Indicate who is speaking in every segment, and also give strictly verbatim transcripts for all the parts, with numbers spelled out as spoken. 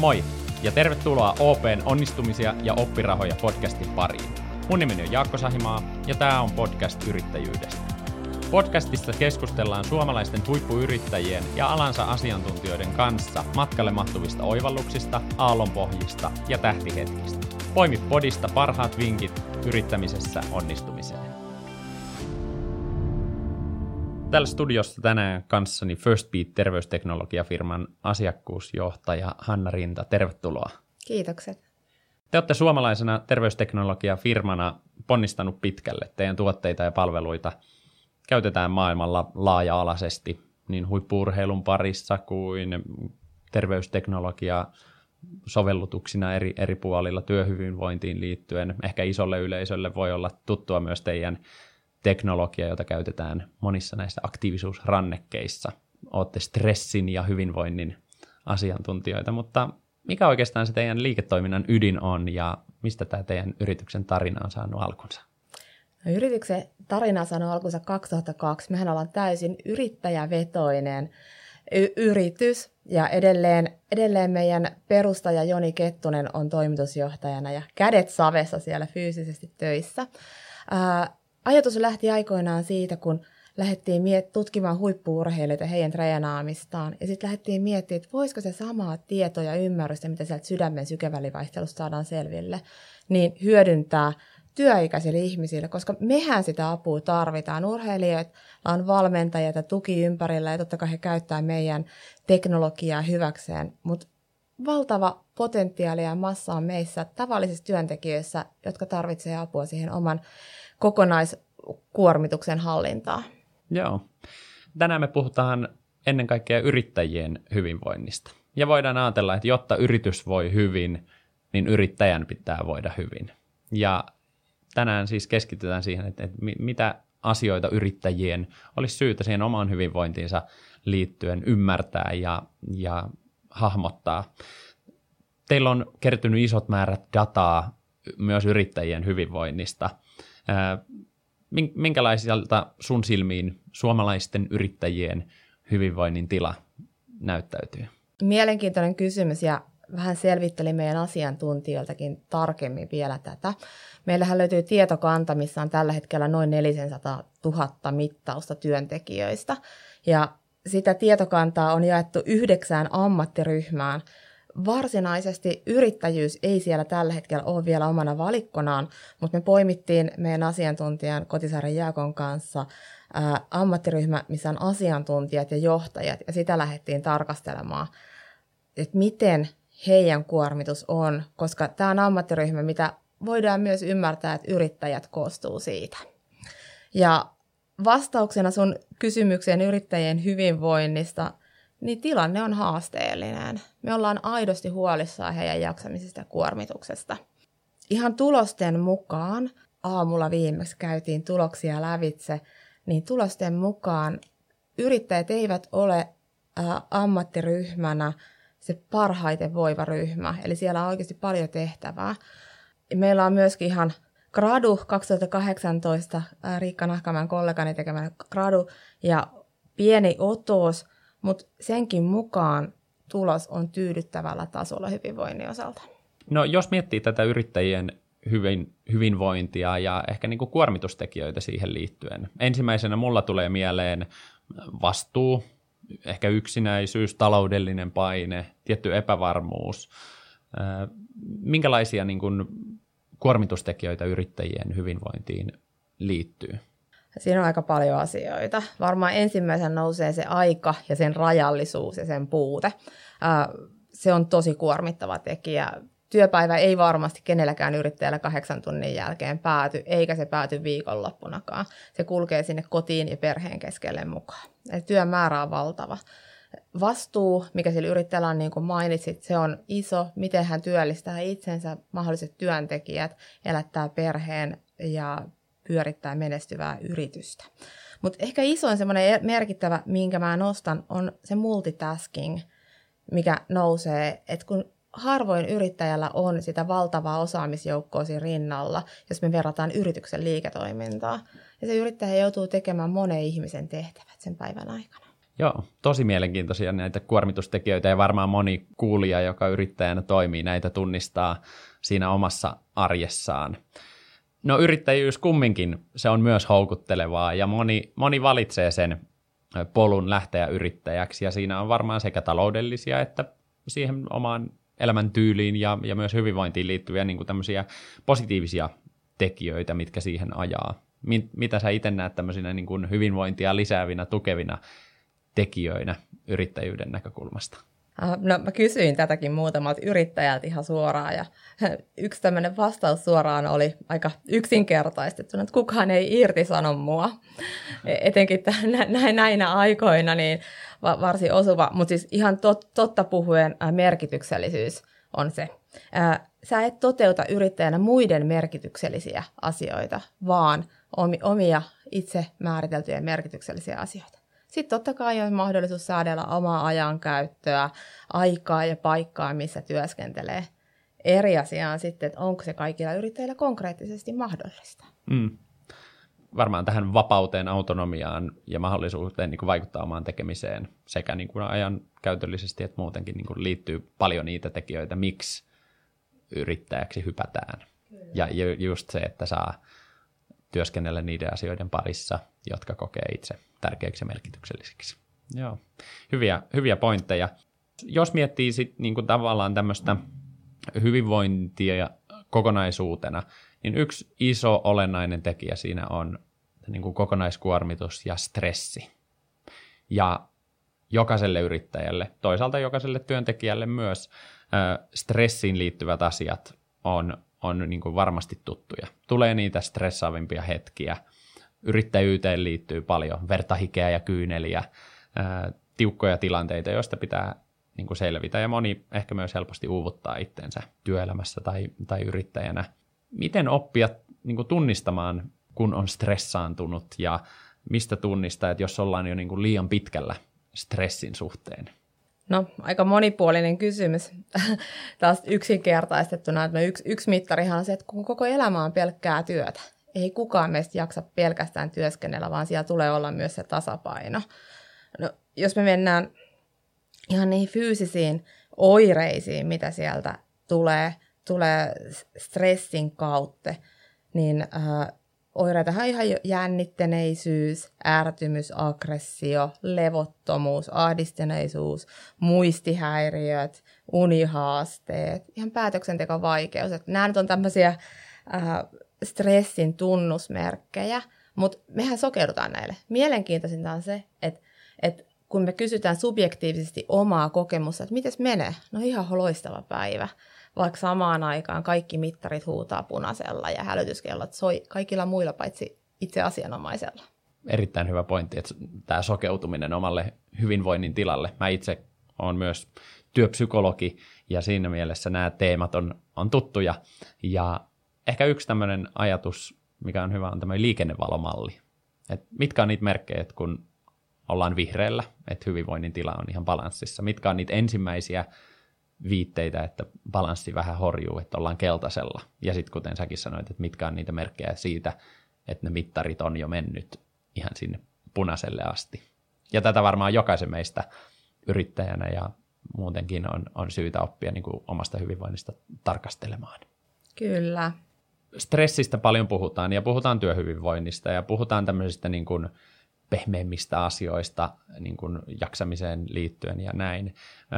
Speaker 1: Moi ja tervetuloa O P:n onnistumisia ja oppirahoja podcastin pariin. Mun nimeni on Jaakko Sahimaa ja tää on podcast yrittäjyydestä. Podcastissa keskustellaan suomalaisten huippuyrittäjien ja alansa asiantuntijoiden kanssa matkalle mahtuvista oivalluksista, aallonpohjista ja tähtihetkistä. Poimi podista parhaat vinkit yrittämisessä onnistumiseen. Täällä studiossa tänään kanssani First Beat terveysteknologiafirman asiakkuusjohtaja Hanna Rinta. Tervetuloa.
Speaker 2: Kiitokset.
Speaker 1: Te olette suomalaisena terveysteknologiafirmana ponnistanut pitkälle. Teidän tuotteita ja palveluita käytetään maailmalla laaja-alaisesti niin huippu-urheilun parissa kuin terveysteknologia sovellutuksina eri, eri puolilla työhyvinvointiin liittyen. Ehkä isolle yleisölle voi olla tuttua myös teidän teknologia, jota käytetään monissa näissä aktiivisuusrannekkeissa. Olette stressin ja hyvinvoinnin asiantuntijoita, mutta mikä oikeastaan se teidän liiketoiminnan ydin on ja mistä tämä teidän yrityksen tarina on saanut alkunsa?
Speaker 2: No, yrityksen tarina on saanut alkunsa kaksituhattakaksi. Mehän ollaan täysin yrittäjävetoinen y- yritys ja edelleen, edelleen meidän perustaja Joni Kettunen on toimitusjohtajana ja kädet savessa siellä fyysisesti töissä. Ää, ajatus lähti aikoinaan siitä, kun lähdettiin miet- tutkimaan huippu-urheilijoita heidän treenaamistaan ja sitten lähdettiin miettimään, että voisiko se samaa tietoa ja ymmärrystä, mitä sieltä sydämen sykevälivaihtelusta saadaan selville, niin hyödyntää työikäisille ihmisille, koska mehän sitä apua tarvitaan. Urheilijoilla on valmentajia ja tuki ympärillä ja totta kai he käyttää meidän teknologiaa hyväkseen, mutta valtava potentiaali ja massa on meissä tavallisissa työntekijöissä, jotka tarvitsevat apua siihen oman kokonaiskuormituksen hallintaan.
Speaker 1: Joo. Tänään me puhutaan ennen kaikkea yrittäjien hyvinvoinnista. Ja voidaan ajatella, että jotta yritys voi hyvin, niin yrittäjän pitää voida hyvin. Ja tänään siis keskitytään siihen, että, että mitä asioita yrittäjien olisi syytä siihen omaan hyvinvointiinsa liittyen ymmärtää ja, ja hahmottaa. Teillä on kertynyt isot määrät dataa myös yrittäjien hyvinvoinnista. Minkälaisilta sun silmiin suomalaisten yrittäjien hyvinvoinnin tila näyttäytyy? Mielenkiintoinen
Speaker 2: kysymys ja vähän selvittelin meidän asiantuntijoiltakin tarkemmin vielä tätä. Meillähän löytyy tietokanta, missä on tällä hetkellä noin neljäsataatuhatta mittausta työntekijöistä. Ja sitä tietokantaa on jaettu yhdeksään ammattiryhmään. Varsinaisesti yrittäjyys ei siellä tällä hetkellä ole vielä omana valikkonaan, mutta me poimittiin meidän asiantuntijan Kotisaaren Jaakon kanssa ää, ammattiryhmä, missä on asiantuntijat ja johtajat, ja sitä lähdettiin tarkastelemaan, että miten heidän kuormitus on, koska tämä on ammattiryhmä, mitä voidaan myös ymmärtää, että yrittäjät koostuu siitä. Ja vastauksena sun kysymykseen yrittäjien hyvinvoinnista, niin tilanne on haasteellinen. Me ollaan aidosti huolissaan heidän jaksamisesta ja kuormituksesta. Ihan tulosten mukaan, aamulla viimeksi käytiin tuloksia lävitse, niin tulosten mukaan yrittäjät eivät ole ä, ammattiryhmänä se parhaiten voiva ryhmä. Eli siellä on oikeasti paljon tehtävää. Meillä on myöskin ihan gradu kaksituhattakahdeksantoista, ä, Riikka Nahkamäen kollegani tekemä gradu ja pieni otos, mutta senkin mukaan tulos on tyydyttävällä tasolla hyvinvoinnin osalta.
Speaker 1: No jos miettii tätä yrittäjien hyvin, hyvinvointia ja ehkä niin kuin kuormitustekijöitä siihen liittyen. Ensimmäisenä mulla tulee mieleen vastuu, ehkä yksinäisyys, taloudellinen paine, tietty epävarmuus. Minkälaisia niin kuin kuormitustekijöitä yrittäjien hyvinvointiin liittyy?
Speaker 2: Siinä on aika paljon asioita. Varmaan ensimmäisen nousee se aika ja sen rajallisuus ja sen puute. Se on tosi kuormittava tekijä. Työpäivä ei varmasti kenelläkään yrittäjällä kahdeksan tunnin jälkeen pääty, eikä se pääty viikonloppunakaan. Se kulkee sinne kotiin ja perheen keskelle mukaan. Eli työn määrä on valtava. Vastuu, mikä sillä yrittäjällä on, niin kuin mainitsit, se on iso. Miten hän työllistää itsensä, mahdolliset työntekijät, elättää perheen ja pyörittää menestyvää yritystä. Mutta ehkä isoin semmoinen merkittävä, minkä mä nostan, on se multitasking, mikä nousee, että kun harvoin yrittäjällä on sitä valtavaa osaamisjoukkoa siinä rinnalla, jos me verrataan yrityksen liiketoimintaa. Ja se yrittäjä joutuu tekemään monen ihmisen tehtävät sen päivän aikana.
Speaker 1: Joo, tosi mielenkiintoisia näitä kuormitustekijöitä ja varmaan moni kuulija, joka yrittäjänä toimii, näitä tunnistaa siinä omassa arjessaan. No yrittäjyys kumminkin, se on myös houkuttelevaa ja moni, moni valitsee sen polun lähteä yrittäjäksi ja siinä on varmaan sekä taloudellisia että siihen omaan elämäntyyliin ja, ja myös hyvinvointiin liittyviä niin kuin tämmöisiä positiivisia tekijöitä, mitkä siihen ajaa. Mit, mitä sä itse näet tämmöisinä niin kuin hyvinvointia lisäävinä, tukevina tekijöinä yrittäjyyden näkökulmasta?
Speaker 2: No mä kysyin tätäkin muutamalta yrittäjältä ihan suoraan ja yksi tämmöinen vastaus suoraan oli aika yksinkertaistettuna, että kukaan ei irtisano mua. Etenkin näinä aikoina niin varsin osuva, mutta siis ihan tot, totta puhuen merkityksellisyys on se. Sä et toteuta yrittäjänä muiden merkityksellisiä asioita, vaan omia itse määriteltyjä merkityksellisiä asioita. Sitten totta kai on mahdollisuus säädellä omaa ajankäyttöä, aikaa ja paikkaa, missä työskentelee. Eri asia on sitten, että onko se kaikilla yrittäjillä konkreettisesti mahdollista.
Speaker 1: Mm. Varmaan tähän vapauteen, autonomiaan ja mahdollisuuteen niin kuin vaikuttaa omaan tekemiseen sekä niin kuin ajankäytöllisesti että muutenkin niin kuin liittyy paljon niitä tekijöitä, miksi yrittäjäksi hypätään. Kyllä. Ja just se, että saa työskennellä niiden asioiden parissa, jotka kokee itse tärkeiksi ja merkityksellisiksi. Joo. Hyviä, hyviä pointteja. Jos miettii sit niin kuin tavallaan tämmöistä hyvinvointia kokonaisuutena, niin yksi iso olennainen tekijä siinä on niin kuin kokonaiskuormitus ja stressi. Ja jokaiselle yrittäjälle, toisaalta jokaiselle työntekijälle myös, stressiin liittyvät asiat on, on niin kuin varmasti tuttuja. Tulee niitä stressaavimpia hetkiä. Yrittäjyyteen liittyy paljon vertahikeä ja kyyneliä, ää, tiukkoja tilanteita, joista pitää niin kuin selvitä. Ja moni ehkä myös helposti uuvuttaa itsensä työelämässä tai, tai yrittäjänä. Miten oppia niin kuin tunnistamaan, kun on stressaantunut ja mistä tunnistaa, että jos ollaan jo niin kuin liian pitkällä stressin suhteen?
Speaker 2: No, aika monipuolinen kysymys. Taas yksinkertaistettuna, että no yksi, yksi mittarihan on se, että kun koko elämä on pelkkää työtä. Ei kukaan meistä jaksa pelkästään työskennellä, vaan siellä tulee olla myös se tasapaino. No, jos me mennään ihan niihin fyysisiin oireisiin, mitä sieltä tulee, tulee stressin kautta, niin äh, oireitahan on ihan jännittäneisyys, ärtymys, aggressio, levottomuus, ahdistuneisuus, muistihäiriöt, unihaasteet, ihan päätöksentekon vaikeus. Että nämä nyt on tämmöisiä äh, stressin tunnusmerkkejä, mutta mehän sokeudutaan näille. Mielenkiintoisinta on se, että, että kun me kysytään subjektiivisesti omaa kokemusta, että mites menee? No ihan loistava päivä. Vaikka samaan aikaan kaikki mittarit huutaa punaisella ja hälytyskellot soi kaikilla muilla paitsi itse asianomaisella.
Speaker 1: Erittäin hyvä pointti, että tämä sokeutuminen omalle hyvinvoinnin tilalle. Mä itse olen myös työpsykologi ja siinä mielessä nämä teemat on, on tuttuja. Ja ehkä yksi tämmöinen ajatus, mikä on hyvä, on tämmöinen liikennevalomalli. Et mitkä on niitä merkkejä, että kun ollaan vihreällä, että hyvinvoinnin tila on ihan balanssissa. Mitkä on niitä ensimmäisiä viitteitä, että balanssi vähän horjuu, että ollaan keltaisella. Ja sitten kuten säkin sanoit, että mitkä on niitä merkkejä siitä, että ne mittarit on jo mennyt ihan sinne punaiselle asti. Ja tätä varmaan jokaisen meistä yrittäjänä ja muutenkin on, on syytä oppia niin kuin omasta hyvinvoinnista tarkastelemaan.
Speaker 2: Kyllä.
Speaker 1: Stressistä paljon puhutaan ja puhutaan työhyvinvoinnista ja puhutaan tämmöisistä niin kuin pehmeimmistä asioista niin kuin jaksamiseen liittyen ja näin.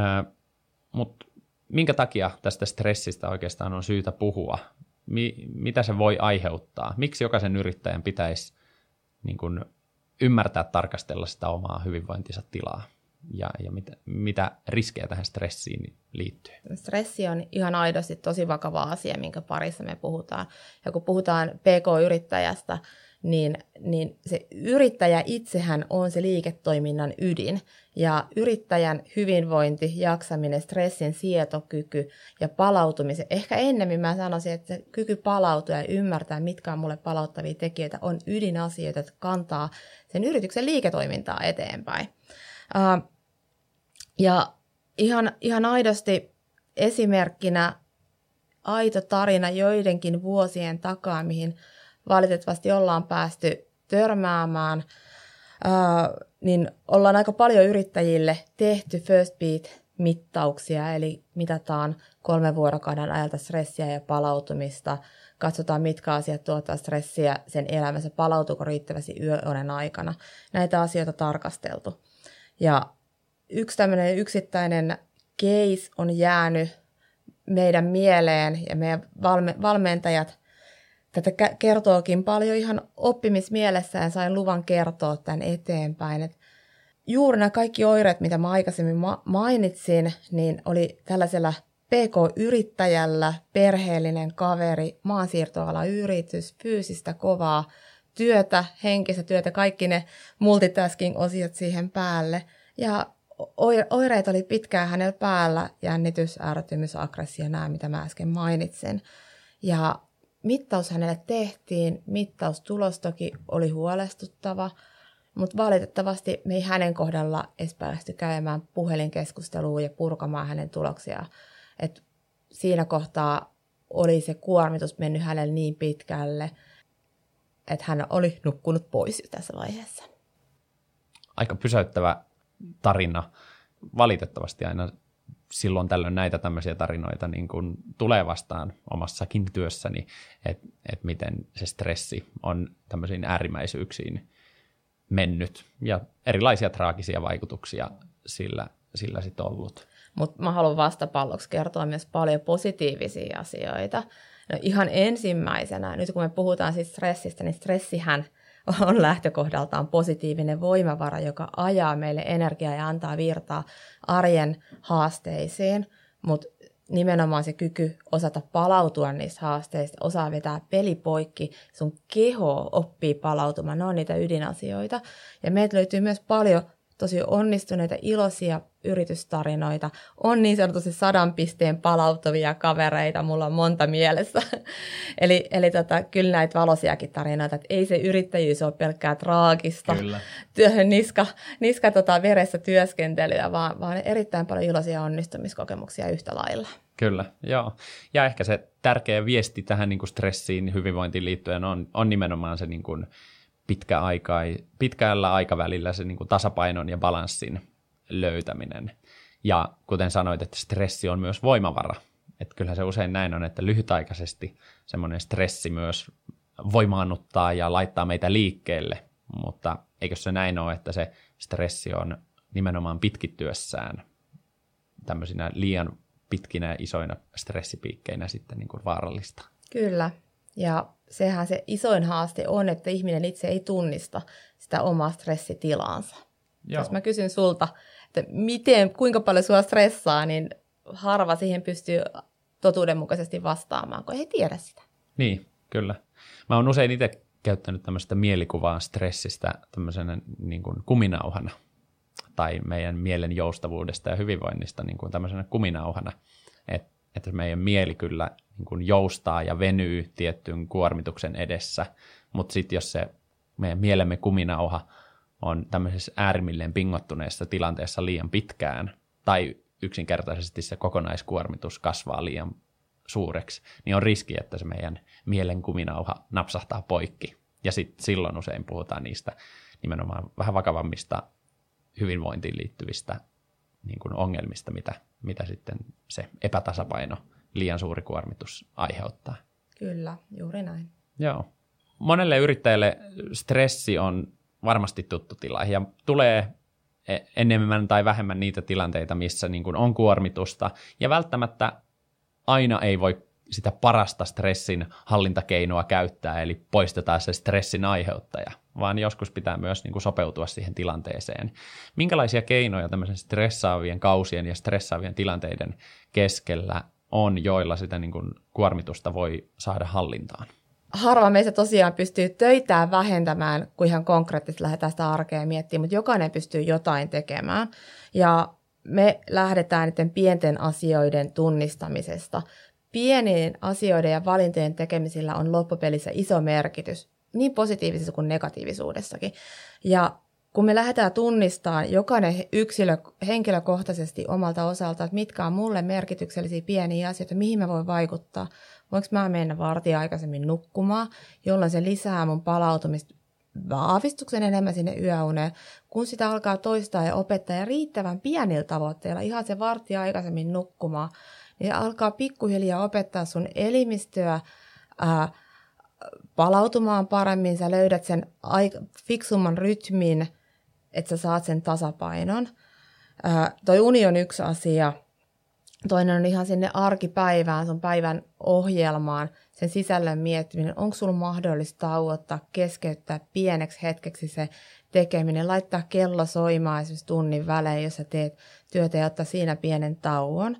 Speaker 1: Mutta minkä takia tästä stressistä oikeastaan on syytä puhua? Mi- mitä se voi aiheuttaa? Miksi jokaisen yrittäjän pitäisi niin kun ymmärtää tarkastella sitä omaa hyvinvointinsa tilaa? Ja, ja mitä, mitä riskejä tähän stressiin liittyy?
Speaker 2: Stressi on ihan aidosti tosi vakava asia, minkä parissa me puhutaan. Ja kun puhutaan P K-yrittäjästä, niin, niin se yrittäjä itsehän on se liiketoiminnan ydin. Ja yrittäjän hyvinvointi, jaksaminen, stressin sietokyky ja palautumisen, ehkä ennemmin mä sanoisin, että se kyky palautua ja ymmärtää, mitkä on mulle palauttavia tekijöitä, on ydinasioita, että kantaa sen yrityksen liiketoimintaa eteenpäin. Uh, ja ihan, ihan aidosti esimerkkinä aito tarina joidenkin vuosien takaa, mihin valitettavasti ollaan päästy törmäämään. uh, niin ollaan aika paljon yrittäjille tehty First Beat-mittauksia, eli mitataan kolmen vuorokauden ajalta stressiä ja palautumista, katsotaan mitkä asiat tuottaa stressiä sen elämässä, palautuuko riittävästi yöunen aikana. Näitä asioita tarkasteltu. Ja yksi tämmöinen yksittäinen case on jäänyt meidän mieleen ja meidän valme- valmentajat tätä kertookin paljon ihan oppimismielessä ja sain luvan kertoa tämän eteenpäin. Et juuri nämä kaikki oireet, mitä mä aikaisemmin ma- mainitsin, niin oli tällaisella P K-yrittäjällä, perheellinen kaveri, maansiirtoalayritys, fyysistä kovaa työtä, henkistä työtä, kaikki ne multitasking-osiot siihen päälle. Ja oireet oli pitkään hänellä päällä, jännitys, ärtymys, aggressio, nämä mitä mä äsken mainitsin. Ja mittaus hänelle tehtiin, mittaustulos toki oli huolestuttava, mutta valitettavasti me ei hänen kohdalla edes päästy käymään puhelinkeskustelua ja purkamaan hänen tuloksiaan. Et siinä kohtaa oli se kuormitus mennyt hänelle niin pitkälle, että hän oli nukkunut pois tässä vaiheessa.
Speaker 1: Aika pysäyttävä tarina. Valitettavasti aina silloin tällöin näitä tämmöisiä tarinoita niin kuin tulee vastaan omassakin työssäni, että et miten se stressi on tämmöisiin äärimmäisyyksiin mennyt ja erilaisia traagisia vaikutuksia sillä, sillä sitten ollut.
Speaker 2: Mutta mä haluan vastapalloksi kertoa myös paljon positiivisia asioita. No ihan ensimmäisenä, nyt kun me puhutaan siis stressistä, niin stressihän on lähtökohdaltaan positiivinen voimavara, joka ajaa meille energiaa ja antaa virtaa arjen haasteisiin, mutta nimenomaan se kyky osata palautua niistä haasteista, osaa vetää peli poikki, sun keho oppii palautumaan, ne on niitä ydinasioita. Ja meiltä löytyy myös paljon tosi onnistuneita, iloisia yritystarinoita, on niin sanotusti sadan pisteen palautuvia kavereita, mulla on monta mielessä. eli eli tota, kyllä näitä valoisiakin tarinoita, että ei se yrittäjyys ole pelkkää traagista, työhön niska, niska tota, veressä työskentelyä, vaan, vaan erittäin paljon iloisia onnistumiskokemuksia yhtä lailla.
Speaker 1: Kyllä, joo. Ja ehkä se tärkeä viesti tähän niin kuin stressiin, hyvinvointiin liittyen on, on nimenomaan se niin kuin pitkä aika, pitkällä aikavälillä se niin kuin tasapainon ja balanssin löytäminen. Ja kuten sanoit, että stressi on myös voimavara. Että kyllähän se usein näin on, että lyhytaikaisesti semmoinen stressi myös voimaannuttaa ja laittaa meitä liikkeelle. Mutta eikö se näin ole, että se stressi on nimenomaan pitkittyessään tämmöisinä liian pitkinä ja isoina stressipiikkeinä sitten niin kuin vaarallista?
Speaker 2: Kyllä. Ja sehän se isoin haaste on, että ihminen itse ei tunnista sitä omaa stressitilaansa. Joo. Jos mä kysyn sulta, että miten, kuinka paljon sua stressaa, niin harva siihen pystyy totuudenmukaisesti vastaamaan, kun ei tiedä sitä.
Speaker 1: Niin, kyllä. Mä oon usein itse käyttänyt tämmöistä mielikuvaa stressistä tämmöisenä niin kuin kuminauhana tai meidän mielen joustavuudesta ja hyvinvoinnista niin kuin tämmöisenä kuminauhana, että että meidän mieli kyllä niin kuin joustaa ja venyy tiettyyn kuormituksen edessä, mutta sitten jos se meidän mielemme kuminauha on tämmöisessä äärimmilleen pingottuneessa tilanteessa liian pitkään, tai yksinkertaisesti se kokonaiskuormitus kasvaa liian suureksi, niin on riski, että se meidän mielen kuminauha napsahtaa poikki. Ja sitten silloin usein puhutaan niistä nimenomaan vähän vakavammista hyvinvointiin liittyvistä niin kuin ongelmista, mitä, mitä sitten se epätasapaino, liian suuri kuormitus aiheuttaa.
Speaker 2: Kyllä, juuri näin.
Speaker 1: Joo. Monelle yrittäjälle stressi on varmasti tuttu tila ja tulee enemmän tai vähemmän niitä tilanteita, missä niin kuin on kuormitusta ja välttämättä aina ei voi sitä parasta stressin hallintakeinoa käyttää, eli poistetaan se stressin aiheuttaja, vaan joskus pitää myös niin kuin sopeutua siihen tilanteeseen. Minkälaisia keinoja tämmöisen stressaavien kausien ja stressaavien tilanteiden keskellä on, joilla sitä niin kuin kuormitusta voi saada hallintaan?
Speaker 2: Harva meistä tosiaan pystyy töitään vähentämään, kun ihan konkreettisesti lähdetään sitä arkea miettimään, mutta jokainen pystyy jotain tekemään. Ja me lähdetään niiden pienten asioiden tunnistamisesta. Pienien asioiden ja valintojen tekemisillä on loppupelissä iso merkitys, niin positiivisessa kuin negatiivisuudessakin. Ja kun me lähdetään tunnistamaan jokainen yksilö henkilökohtaisesti omalta osalta, että mitkä on mulle merkityksellisiä pieniä asioita, mihin mä voin vaikuttaa, voinko mä mennä vartia aikaisemmin nukkumaan, jolloin se lisää mun palautumista vahvistuksen enemmän sinne yöuneen, kun sitä alkaa toistaa ja opettaa ja riittävän pienillä tavoitteilla, ihan se varttia aikaisemmin nukkumaan, niin alkaa pikkuhiljaa opettaa sun elimistöä ää, palautumaan paremmin, sä löydät sen aik- fiksumman rytmin, että sä saat sen tasapainon. Ää, toi uni on yksi asia. Toinen on ihan sinne arkipäivään, sun päivän ohjelmaan, sen sisällön miettiminen. Onko sulla mahdollista tauottaa, keskeyttää pieneksi hetkeksi se tekeminen, laittaa kello soimaan esimerkiksi tunnin välein, jos sä teet työtä ja ottaa siinä pienen tauon.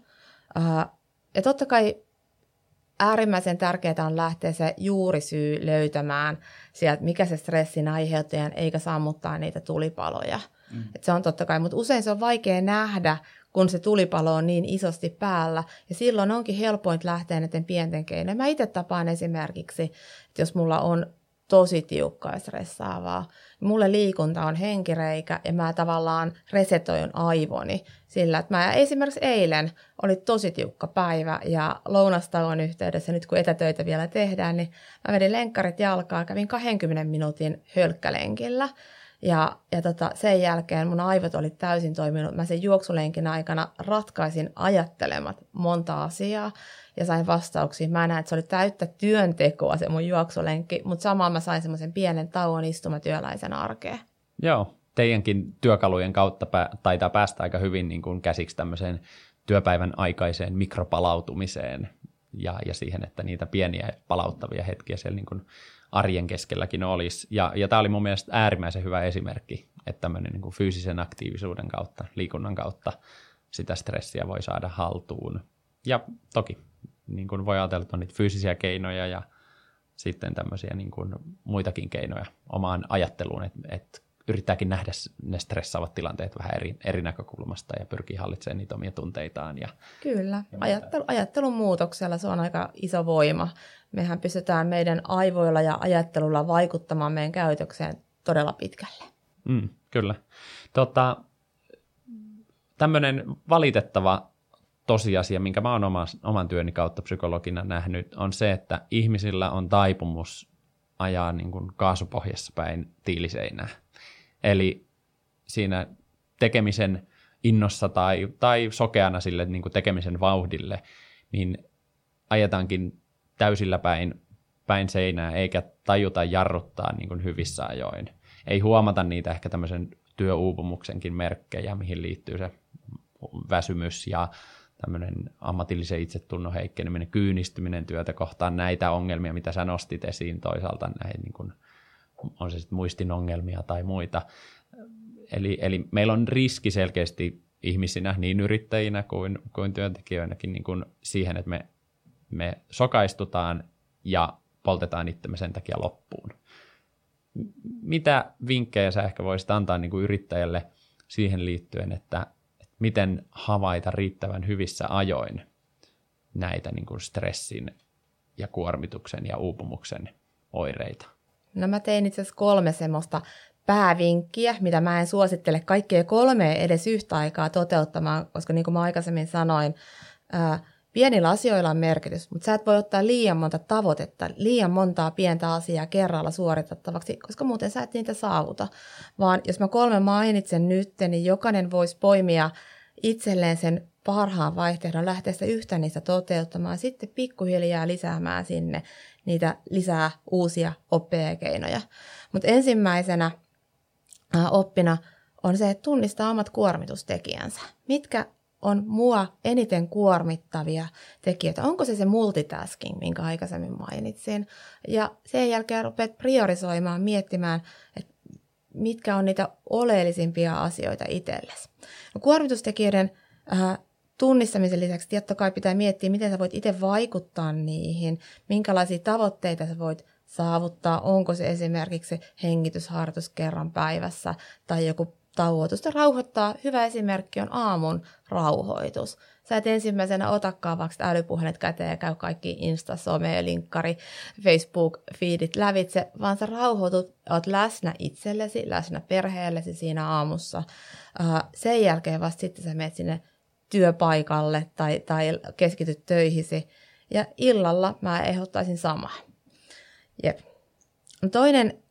Speaker 2: Ja totta kai äärimmäisen tärkeää on lähteä se juurisyy löytämään sieltä, mikä se stressin aiheuttajan, eikä sammuttaa niitä tulipaloja. Mm. Et se on totta kai, mutta usein se on vaikea nähdä, kun se tulipalo on niin isosti päällä. Ja silloin onkin helpoin lähteä näiden pienten keinojen. Mä itse tapaan esimerkiksi, että jos mulla on tosi tiukkaa ja stressaavaa, niin mulle liikunta on henkireikä ja mä tavallaan resetoin aivoni sillä, että mä esimerkiksi eilen oli tosi tiukka päivä ja lounastauon yhteydessä, nyt kun etätöitä vielä tehdään, niin mä vedin lenkkarit jalkaan, kävin kaksikymmentä minuutin hölkkälenkillä. Ja, ja tota, sen jälkeen mun aivot oli täysin toiminut. Mä sen juoksulenkin aikana ratkaisin ajattelemat monta asiaa ja sain vastauksia. Mä näen, että se oli täyttä työntekoa se mun juoksulenkki, mutta samalla mä sain semmoisen pienen tauon istumatyöläisen arkeen.
Speaker 1: Joo, teidänkin työkalujen kautta pä- taitaa päästä aika hyvin niin kuin käsiksi tämmöiseen työpäivän aikaiseen mikropalautumiseen ja, ja siihen, että niitä pieniä palauttavia hetkiä siellä niin kuin arjen keskelläkin olisi. Ja, ja tämä oli mun mielestä äärimmäisen hyvä esimerkki, että tämmöinen niin kuin fyysisen aktiivisuuden kautta, liikunnan kautta sitä stressiä voi saada haltuun. Ja toki niin kuin voi ajatella, että on niitä fyysisiä keinoja ja sitten tämmöisiä niin kuin muitakin keinoja omaan ajatteluun, että, että yrittääkin nähdä ne stressaavat tilanteet vähän eri, eri näkökulmasta ja pyrkii hallitsemaan niitä omia tunteitaan. Ja,
Speaker 2: Kyllä,
Speaker 1: ja
Speaker 2: Ajattelu, ajattelun muutoksella se on aika iso voima. Mehän pystytään meidän aivoilla ja ajattelulla vaikuttamaan meidän käytökseen todella pitkälle.
Speaker 1: Mm, kyllä. Tota, tämmöinen valitettava tosiasia, minkä mä oon oman, oman työni kautta psykologina nähnyt, on se, että ihmisillä on taipumus ajaa niin kuin kaasupohjassa päin tiiliseinää. Eli siinä tekemisen innossa tai, tai sokeana sille niin kuin tekemisen vauhdille, niin ajetaankin täysillä päin, päin seinää, eikä tajuta jarruttaa niin kuin hyvissä ajoin. Ei huomata niitä ehkä tämmöisen työuupumuksenkin merkkejä, mihin liittyy se väsymys ja tämmöinen ammatillisen itsetunnon heikkeneminen, kyynistyminen työtä kohtaan, näitä ongelmia, mitä sä nostit esiin toisaalta, näin niin kuin, on se sitten muistin ongelmia tai muita. Eli, eli meillä on riski selkeästi ihmisinä, niin yrittäjinä kuin, kuin työntekijöinäkin niin kuin siihen, että me, me sokaistutaan ja poltetaan itsemme sen takia loppuun. Mitä vinkkejä sä ehkä voisit antaa niin kuin yrittäjälle siihen liittyen, että miten havaita riittävän hyvissä ajoin näitä niin kuin stressin ja kuormituksen ja uupumuksen oireita?
Speaker 2: No mä tein itse asiassa kolme semmoista päävinkkiä, mitä mä en suosittele kaikkia kolmea edes yhtä aikaa toteuttamaan, koska niin kuin mä aikaisemmin sanoin, ää, pienillä asioilla on merkitys, mutta sä et voi ottaa liian monta tavoitetta, liian montaa pientä asiaa kerralla suoritettavaksi, koska muuten sä et niitä saavuta. Vaan jos mä kolme mainitsen nyt, niin jokainen voisi poimia itselleen sen parhaan vaihtoehdon, lähteä sitä yhtä niistä toteuttamaan, sitten pikkuhiljaa lisäämään sinne niitä lisää uusia oppia ja keinoja. Mutta ensimmäisenä ää, oppina on se, että tunnistaa omat kuormitustekijänsä. Mitkä on mua eniten kuormittavia tekijöitä. Onko se se multitasking, minkä aikaisemmin mainitsin? Ja sen jälkeen rupeat priorisoimaan, miettimään, että mitkä on niitä oleellisimpia asioita itsellesi. No, kuormitustekijöiden äh, tunnistamisen lisäksi totta kai pitää miettiä, miten sä voit itse vaikuttaa niihin, minkälaisia tavoitteita sä voit saavuttaa, onko se esimerkiksi hengitysharjoitus kerran päivässä tai joku tauotus. Rauhoittaa, hyvä esimerkki on aamun rauhoitus. Sä et ensimmäisenä otakaan vaikka älypuhelet käteen ja käy kaikki Insta, some, linkkari, Facebook-feedit lävitse, vaan sä rauhoitut, oot läsnä itsellesi, läsnä perheellesi siinä aamussa. Sen jälkeen vasta sitten sä menet sinne työpaikalle tai, tai keskityt töihisi. Ja illalla mä ehdottaisin samaa. Jep. Toinen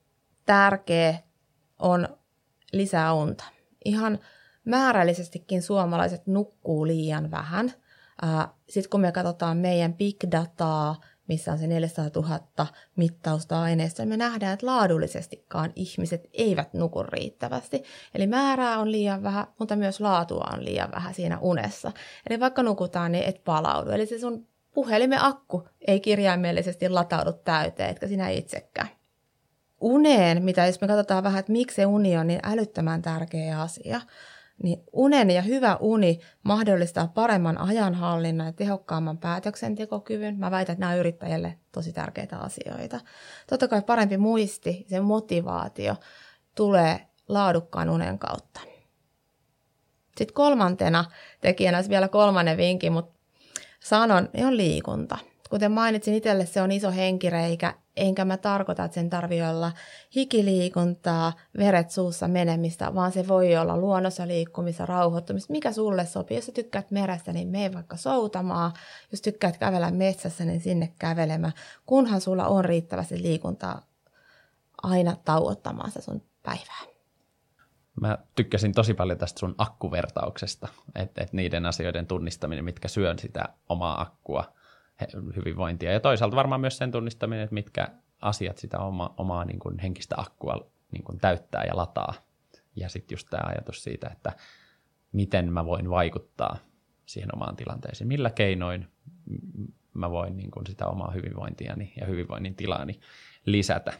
Speaker 2: tärkeä on lisää unta. Ihan määrällisestikin suomalaiset nukkuu liian vähän. Sitten kun me katsotaan meidän big dataa, missä on se neljäsataatuhatta mittausta aineistoa, niin me nähdään, että laadullisestikaan ihmiset eivät nuku riittävästi. Eli määrää on liian vähän, mutta myös laatua on liian vähän siinä unessa. Eli vaikka nukutaan, niin et palaudu. Eli se sun puhelimen akku ei kirjaimellisesti lataudu täyteen, etkä sinä itsekään. Uneen, mitä jos me katsotaan vähän, että miksi se uni on niin älyttömän tärkeä asia, niin unen ja hyvä uni mahdollistaa paremman ajanhallinnan ja tehokkaamman päätöksentekokyvyn. Mä väitän, että nämä on yrittäjille tosi tärkeitä asioita. Totta kai parempi muisti, se motivaatio tulee laadukkaan unen kautta. Sitten kolmantena tekijänä olisi vielä kolmannen vinkin, mutta sanon, niin on liikunta. Kuten mainitsin itselle, se on iso henkireikä, enkä mä tarkoita, että sen tarvii olla hikiliikuntaa, veret suussa menemistä, vaan se voi olla luonnossa liikkumista, rauhoittumista, mikä sulle sopii. Jos sä tykkäät merestä, niin mene vaikka soutamaan. Jos tykkäät kävellä metsässä, niin sinne kävelemään, kunhan sulla on riittävästi liikuntaa aina tauottamaan se sun päivää.
Speaker 1: Mä tykkäsin tosi paljon tästä sun akkuvertauksesta, että et niiden asioiden tunnistaminen, mitkä syön sitä omaa akkua, hyvinvointia. Ja toisaalta varmaan myös sen tunnistaminen, että mitkä asiat sitä oma, omaa niin kuin henkistä akkua niin kuin täyttää ja lataa. Ja sitten just tämä ajatus siitä, että miten mä voin vaikuttaa siihen omaan tilanteeseen. Millä keinoin mä voin niin kuin sitä omaa hyvinvointiani ja hyvinvoinnin tilaani lisätä.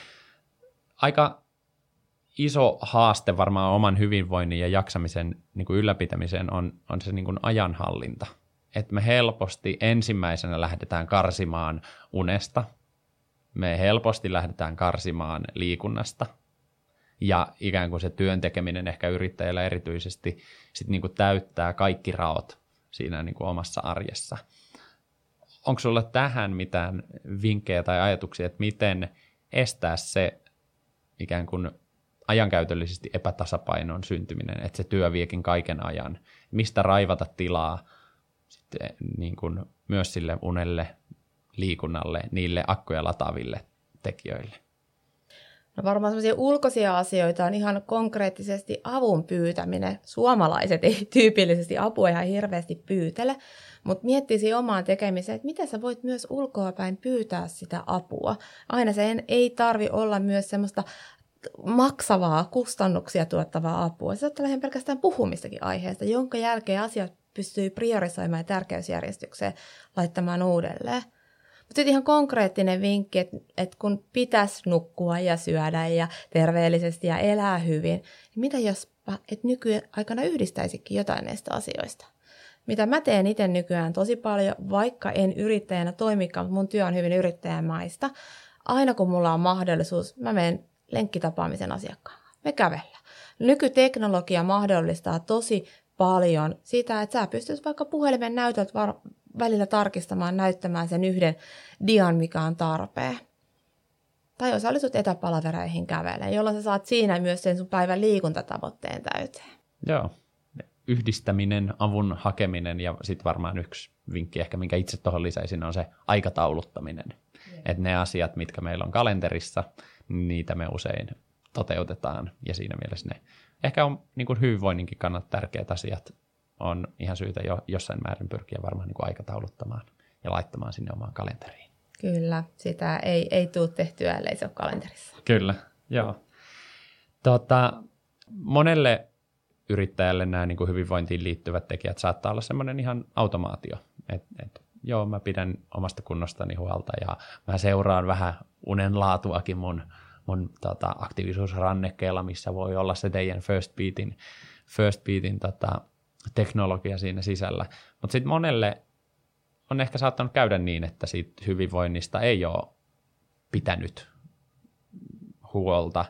Speaker 1: Aika iso haaste varmaan oman hyvinvoinnin ja jaksamisen niin kuin ylläpitämiseen on, on se niin kuin ajanhallinta. Että me helposti ensimmäisenä lähdetään karsimaan unesta, me helposti lähdetään karsimaan liikunnasta, ja ikään kuin se työn tekeminen ehkä yrittäjällä erityisesti sit niin kuin täyttää kaikki raot siinä niin kuin omassa arjessa. Onko sulla tähän mitään vinkkejä tai ajatuksia, että miten estää se ikään kuin ajankäytöllisesti epätasapainon syntyminen, että se työ viekin kaiken ajan, mistä raivata tilaa sitten niin kuin myös sille unelle, liikunnalle, niille akkuja lataaville tekijöille?
Speaker 2: No varmaan sellaisia ulkoisia asioita on ihan konkreettisesti avun pyytäminen. Suomalaiset ei tyypillisesti apua ihan hirveästi pyytele, mutta miettisi omaan tekemiseen, että miten sä voit myös ulkoapäin pyytää sitä apua. Aina se ei tarvi olla myös semmoista maksavaa, kustannuksia tuottavaa apua. Se saattaa lähinnä pelkästään puhumistakin aiheesta, jonka jälkeen asiat pystyy priorisoimaan ja tärkeysjärjestykseen laittamaan uudelleen. Mutta sitten ihan konkreettinen vinkki, että, että kun pitäisi nukkua ja syödä ja terveellisesti ja elää hyvin, niin mitä jos et nykyaikana yhdistäisikin jotain näistä asioista? Mitä mä teen itse nykyään tosi paljon, vaikka en yrittäjänä toimikaan, mutta mun työ on hyvin yrittäjämaista. Aina kun mulla on mahdollisuus, mä menen lenkkitapaamisen asiakkaan. Me kävellään. Nykyteknologia mahdollistaa tosi paljon sitä, että sä pystyt vaikka puhelimen näytöltä var- välillä tarkistamaan, näyttämään sen yhden dian, mikä on tarpeen. Tai osallistut etäpalavereihin kävelemään, jolloin sä saat siinä myös sen sun päivän liikuntatavoitteen täyteen.
Speaker 1: Joo, yhdistäminen, avun hakeminen ja sitten varmaan yksi vinkki ehkä, minkä itse tuohon lisäisin, on se aikatauluttaminen. Että ne asiat, mitkä meillä on kalenterissa, niitä me usein toteutetaan ja siinä mielessä ne ehkä on niin kuin hyvinvoinninkin kannalta tärkeät asiat, on ihan syytä jo jossain määrin pyrkiä varmaan niin kuin aikatauluttamaan ja laittamaan sinne omaan kalenteriin.
Speaker 2: Kyllä, sitä ei, ei tule tehtyä, ellei se ole kalenterissa.
Speaker 1: Kyllä, joo. Tota, monelle yrittäjälle nämä niin kuin hyvinvointiin liittyvät tekijät saattaa olla semmoinen ihan automaatio, että et, joo, mä pidän omasta kunnostani huolta ja mä seuraan vähän unen laatuakin mun mun tota, aktiivisuusrannekkeella, missä voi olla se teidän First Beatin, first beatin tota, teknologia siinä sisällä. Mutta sitten monelle on ehkä saattanut käydä niin, että siitä hyvinvoinnista ei ole pitänyt huolta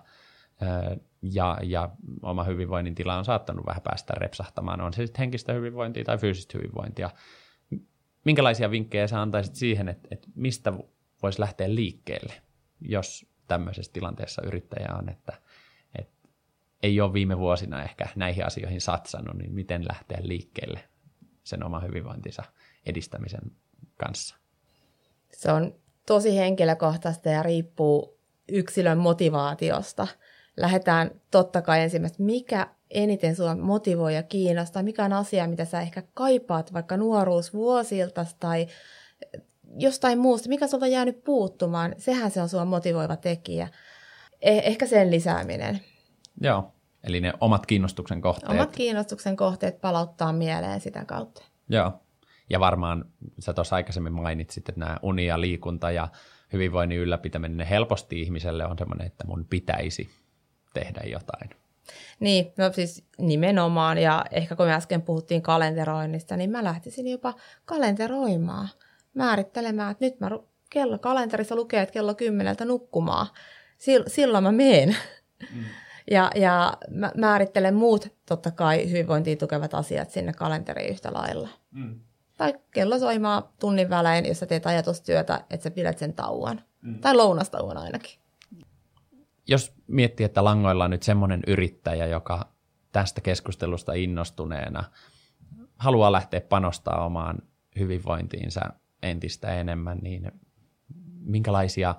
Speaker 1: ja, ja oma hyvinvoinnin tila on saattanut vähän päästä repsahtamaan. On se sitten henkistä hyvinvointia tai fyysistä hyvinvointia. Minkälaisia vinkkejä sä antaisit siihen, että, että mistä voisi lähteä liikkeelle, jos tämmöisessä tilanteessa yrittäjä on, että, että ei ole viime vuosina ehkä näihin asioihin satsannut, niin miten lähteä liikkeelle sen oman hyvinvointinsa edistämisen kanssa?
Speaker 2: Se on tosi henkilökohtaista ja riippuu yksilön motivaatiosta. Lähdetään totta kai ensimmäistä, mikä eniten sinua motivoi ja kiinnostaa, mikä on asia, mitä sä ehkä kaipaat vaikka nuoruusvuosilta tai jostain muusta, mikä sulta on jäänyt puuttumaan, sehän se on sinua motivoiva tekijä. Eh- ehkä sen lisääminen.
Speaker 1: Joo, eli ne omat kiinnostuksen kohteet.
Speaker 2: Omat kiinnostuksen kohteet palauttaa mieleen sitä kautta.
Speaker 1: Joo, ja varmaan sä tuossa aikaisemmin mainitsit, että nämä uni ja liikunta ja hyvinvoinnin ylläpitäminen helposti ihmiselle on semmoinen, että mun pitäisi tehdä jotain.
Speaker 2: Niin, no siis nimenomaan, ja ehkä kun me äsken puhuttiin kalenteroinnista, niin mä lähtisin jopa kalenteroimaan, määrittelemään, että nyt mä kello kalenterissa lukee, että kello kymmeneltä nukkumaan. Sil- silloin mä meen. Mm. Ja, ja mä määrittelen muut, totta kai, hyvinvointiin tukevat asiat sinne kalenteriin yhtä lailla. Mm. Tai kello soimaa tunnin välein, jos sä teet ajatustyötä, että sä pidät sen tauon. Mm. Tai lounastauon ainakin.
Speaker 1: Jos miettii, että langoilla on nyt semmoinen yrittäjä, joka tästä keskustelusta innostuneena haluaa lähteä panostamaan omaan hyvinvointiinsa entistä enemmän, niin minkälaisia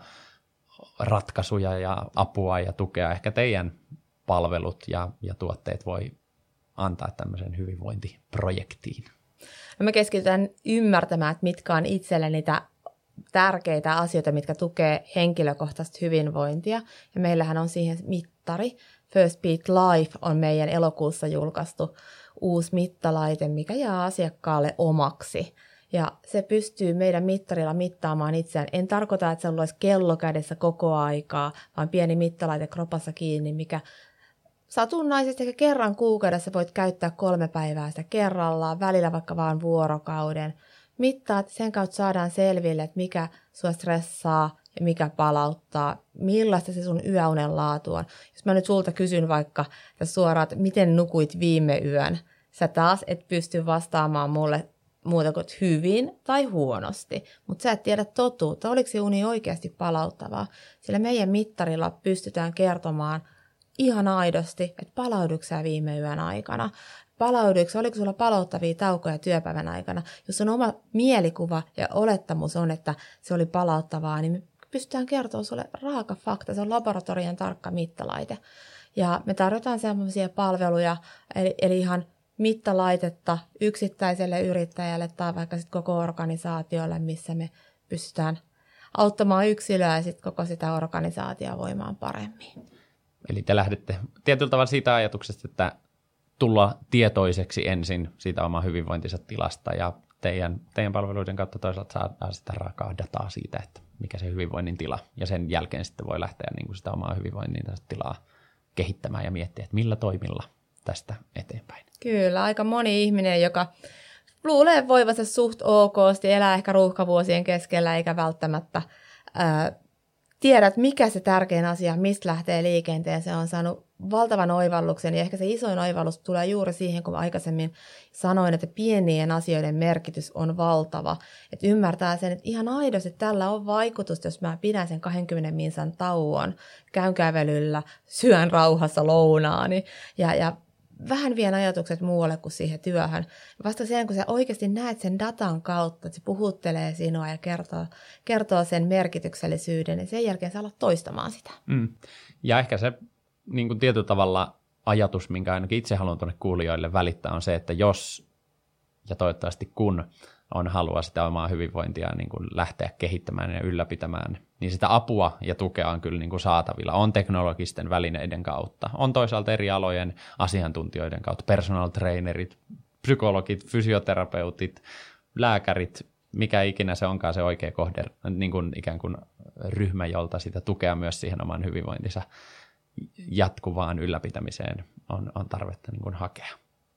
Speaker 1: ratkaisuja ja apua ja tukea ehkä teidän palvelut ja, ja tuotteet voi antaa tämmöiseen hyvinvointiprojektiin?
Speaker 2: No me keskitytään ymmärtämään, että mitkä on itselle niitä tärkeitä asioita, mitkä tukee henkilökohtaista hyvinvointia. Ja meillähän on siihen mittari. First Beat Life on meidän elokuussa julkaistu uusi mittalaite, mikä jää asiakkaalle omaksi. Ja se pystyy meidän mittarilla mittaamaan itseään. En tarkoita, että se olisi kello kädessä koko aikaa, vaan pieni mittalaite kropassa kiinni, mikä satunnaisesti ehkä kerran kuukaudessa voit käyttää kolme päivää sitä kerrallaan, välillä vaikka vaan vuorokauden. Mittaat, sen kautta saadaan selville, että mikä sua stressaa ja mikä palauttaa, millaista se sun yöunen laatu on. Jos mä nyt sulta kysyn vaikka tässä suoraan, että miten nukuit viime yön, sä taas et pysty vastaamaan mulle muuta kuin hyvin tai huonosti, mutta sä et tiedä totuutta, oliko se uni oikeasti palauttavaa, sillä meidän mittarilla pystytään kertomaan ihan aidosti, että palauduiko sä viime yön aikana, palauduiko, oliko sulla palauttavia taukoja työpäivän aikana, jos on oma mielikuva ja olettamus on, että se oli palauttavaa, niin me pystytään kertoa sulle raaka fakta, se on laboratorian tarkka mittalaite, ja me tarjotaan sellaisia palveluja, eli, eli ihan mittalaitetta yksittäiselle yrittäjälle tai vaikka sitten koko organisaatiolle, missä me pystytään auttamaan yksilöä ja sitten koko sitä organisaatiota voimaan paremmin.
Speaker 1: Eli te lähdette tietyllä tavalla siitä ajatuksesta, että tulla tietoiseksi ensin siitä oman hyvinvointinsa tilasta ja teidän, teidän palveluiden kautta toisaalta saadaan sitä raakaa dataa siitä, että mikä se hyvinvoinnin tila ja sen jälkeen sitten voi lähteä niin kuin sitä omaa hyvinvoinnin tilaa kehittämään ja miettiä, että millä toimilla tästä eteenpäin.
Speaker 2: Kyllä, aika moni ihminen, joka luulee voivansa suht okosti, elää ehkä ruuhkavuosien keskellä eikä välttämättä ää, tiedä, että mikä se tärkein asia, mistä lähtee liikenteeseen, on saanut valtavan oivalluksen. Ja ehkä se isoin oivallus tulee juuri siihen, kun aikaisemmin sanoin, että pienien asioiden merkitys on valtava. Että ymmärtää sen, että ihan aidosti tällä on vaikutusta, jos mä pidän sen kaksikymmentä minsan tauon, käyn kävelyllä, syön rauhassa lounaani ja, ja vähän vien ajatukset muualle kuin siihen työhön. Vasta sen, kun sä oikeasti näet sen datan kautta, että se puhuttelee sinua ja kertoo, kertoo sen merkityksellisyyden, niin sen jälkeen sä alat toistamaan sitä.
Speaker 1: Mm. Ja ehkä se niin kuin tietyllä tavalla ajatus, minkä ainakin itse haluan tuonne kuulijoille välittää, on se, että jos ja toivottavasti kun on halua sitä omaa hyvinvointia niin kuin lähteä kehittämään ja ylläpitämään, niin sitä apua ja tukea on kyllä niin kuin saatavilla. On teknologisten välineiden kautta, on toisaalta eri alojen asiantuntijoiden kautta, personal trainerit, psykologit, fysioterapeutit, lääkärit, mikä ikinä se onkaan se oikea kohde, niin kuin ikään kuin ryhmä, jolta sitä tukea myös siihen oman hyvinvointinsa jatkuvaan ylläpitämiseen on, on tarvetta niin kuin hakea.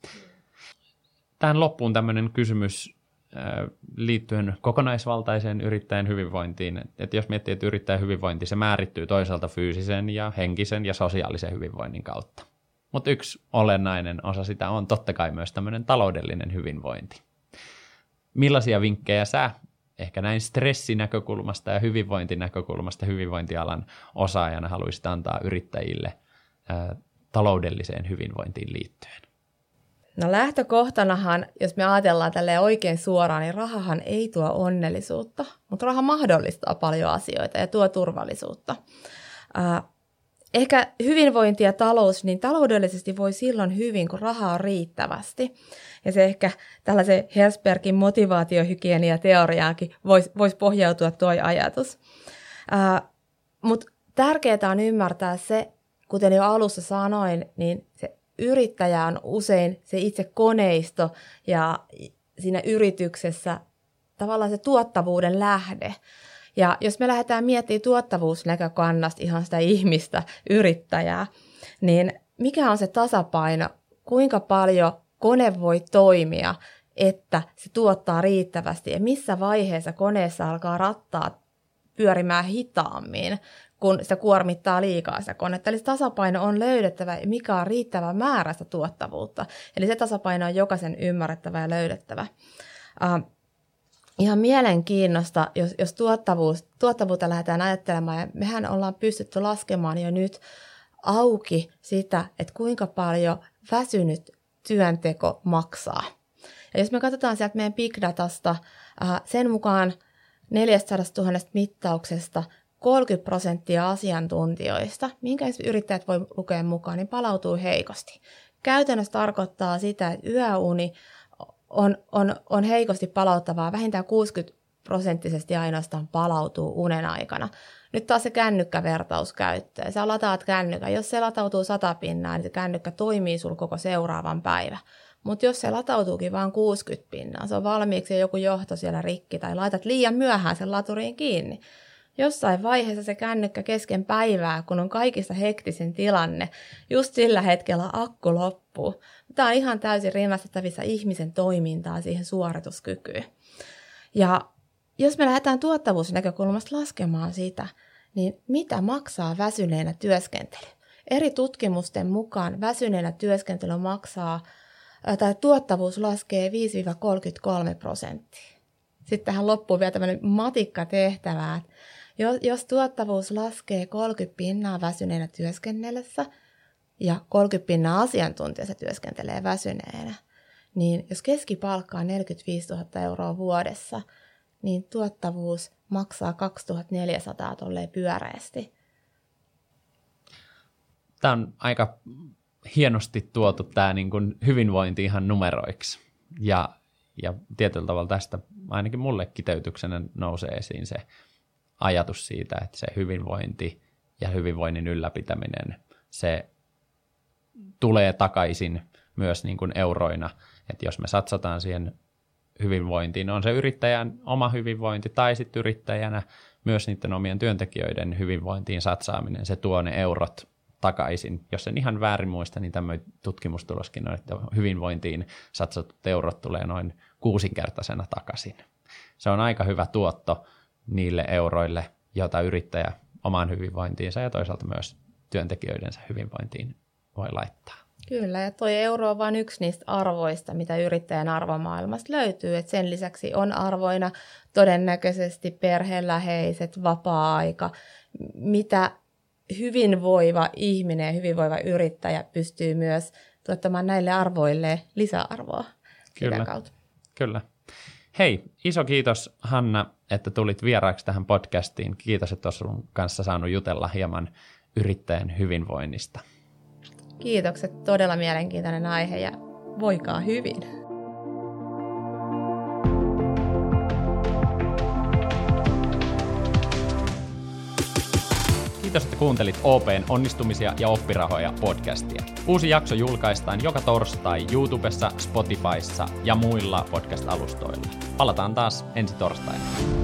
Speaker 1: Tähän loppuun tämmöinen kysymys liittyen kokonaisvaltaiseen yrittäjän hyvinvointiin. Että jos miettii, että yrittäjän hyvinvointi, se määrittyy toisaalta fyysisen ja henkisen ja sosiaalisen hyvinvoinnin kautta. Mutta yksi olennainen osa sitä on totta kai myös tämmöinen taloudellinen hyvinvointi. Millaisia vinkkejä sä ehkä näin stressinäkökulmasta ja hyvinvointinäkökulmasta hyvinvointialan osaajana haluaisit antaa yrittäjille ää, taloudelliseen hyvinvointiin liittyen?
Speaker 2: No lähtökohtanahan, jos me ajatellaan tälleen oikein suoraan, niin rahahan ei tuo onnellisuutta, mutta raha mahdollistaa paljon asioita ja tuo turvallisuutta. Äh, ehkä hyvinvointi ja talous, niin taloudellisesti voi silloin hyvin, kun rahaa on riittävästi. Ja se ehkä tällaisen Herzbergin motivaatiohygienia-teoriaankin voisi vois pohjautua tuo ajatus. Äh, Mutta tärkeää on ymmärtää se, kuten jo alussa sanoin, niin se yrittäjä on usein se itse koneisto ja siinä yrityksessä tavallaan se tuottavuuden lähde. Ja jos me lähdetään miettimään tuottavuusnäkökannasta ihan sitä ihmistä, yrittäjää, niin mikä on se tasapaino, kuinka paljon kone voi toimia, että se tuottaa riittävästi ja missä vaiheessa koneessa alkaa rattaa pyörimään hitaammin, kun sitä kuormittaa liikaa sitä konetta. Eli se tasapaino on löydettävä, mikä on riittävä määrä sitä tuottavuutta. Eli se tasapaino on jokaisen ymmärrettävä ja löydettävä. Uh, ihan mielenkiinnosta, jos, jos tuottavuus, tuottavuutta lähdetään ajattelemaan, ja mehän ollaan pystytty laskemaan jo nyt auki sitä, että kuinka paljon väsynyt työnteko maksaa. Ja jos me katsotaan sieltä meidän big datasta, uh, sen mukaan neljäsataatuhatta mittauksesta kolmekymmentä prosenttia asiantuntijoista, minkä yrittäjät voi lukea mukaan, niin palautuu heikosti. Käytännössä tarkoittaa sitä, että yöuni on, on, on heikosti palauttavaa, vähintään kuusikymmentä prosenttisesti ainoastaan palautuu unen aikana. Nyt taas se kännykkävertaus käyttöön. Sä lataat kännykän. Jos se latautuu sata pinnaa, niin se kännykkä toimii sulla koko seuraavan päivän. Mutta jos se latautuukin vain kuusikymmentä pinnaa, se on valmiiksi joku johto siellä rikki tai laitat liian myöhään sen laturiin kiinni. Jossain vaiheessa se kännykkä kesken päivää, kun on kaikista hektisin tilanne, just sillä hetkellä akku loppuu. Tämä on ihan täysin rinnastettavissa ihmisen toimintaa siihen suorituskykyyn. Ja jos me lähdetään tuottavuusnäkökulmasta laskemaan sitä, niin mitä maksaa väsyneenä työskentely? Eri tutkimusten mukaan väsyneenä työskentely maksaa, tai tuottavuus laskee viisi kolmekymmentäkolme prosenttia. Sitten tähän loppuu vielä tämmöinen matikkatehtävä, että jos, jos tuottavuus laskee kolmekymmentä pinnaa väsyneenä työskennellessä ja kolmekymmentä pinnaa asiantuntijassa työskentelee väsyneenä, niin jos keskipalkka on neljäkymmentäviisituhatta euroa vuodessa, niin tuottavuus maksaa kaksituhattaneljäsataa tolleen pyöreästi.
Speaker 1: Tämä on aika hienosti tuotu tämä niin kuin hyvinvointi ihan numeroiksi. Ja, ja tietyllä tavalla tästä ainakin mulle kiteytyksenä nousee esiin se ajatus siitä, että se hyvinvointi ja hyvinvoinnin ylläpitäminen, se tulee takaisin myös niin kuin euroina. Että jos me satsataan siihen hyvinvointiin, on se yrittäjän oma hyvinvointi tai sitten yrittäjänä myös niiden omien työntekijöiden hyvinvointiin satsaaminen, se tuo ne eurot takaisin. Jos en ihan väärin muista, niin tämmöinen tutkimustuloskin on, että hyvinvointiin satsatut eurot tulee noin kuusinkertaisena takaisin. Se on aika hyvä tuotto niille euroille, joita yrittäjä omaan hyvinvointiinsa ja toisaalta myös työntekijöidensä hyvinvointiin voi laittaa.
Speaker 2: Kyllä, ja tuo euro on vain yksi niistä arvoista, mitä yrittäjän arvomaailmasta löytyy. Et sen lisäksi on arvoina todennäköisesti perheläheiset, vapaa-aika, mitä hyvinvoiva ihminen ja hyvinvoiva yrittäjä pystyy myös tuottamaan näille arvoille lisäarvoa.
Speaker 1: Kyllä, kautta. Kyllä. Hei, iso kiitos Hanna, että tulit vieraaksi tähän podcastiin. Kiitos, että olisi sun kanssa saanut jutella hieman yrittäjän hyvinvoinnista.
Speaker 2: Kiitokset, todella mielenkiintoinen aihe ja voikaa hyvin.
Speaker 1: Kiitos, että kuuntelit O P:n onnistumisia ja oppirahoja podcastia. Uusi jakso julkaistaan joka torstai YouTubessa, Spotifyssa ja muilla podcast-alustoilla. Palataan taas ensi torstaina.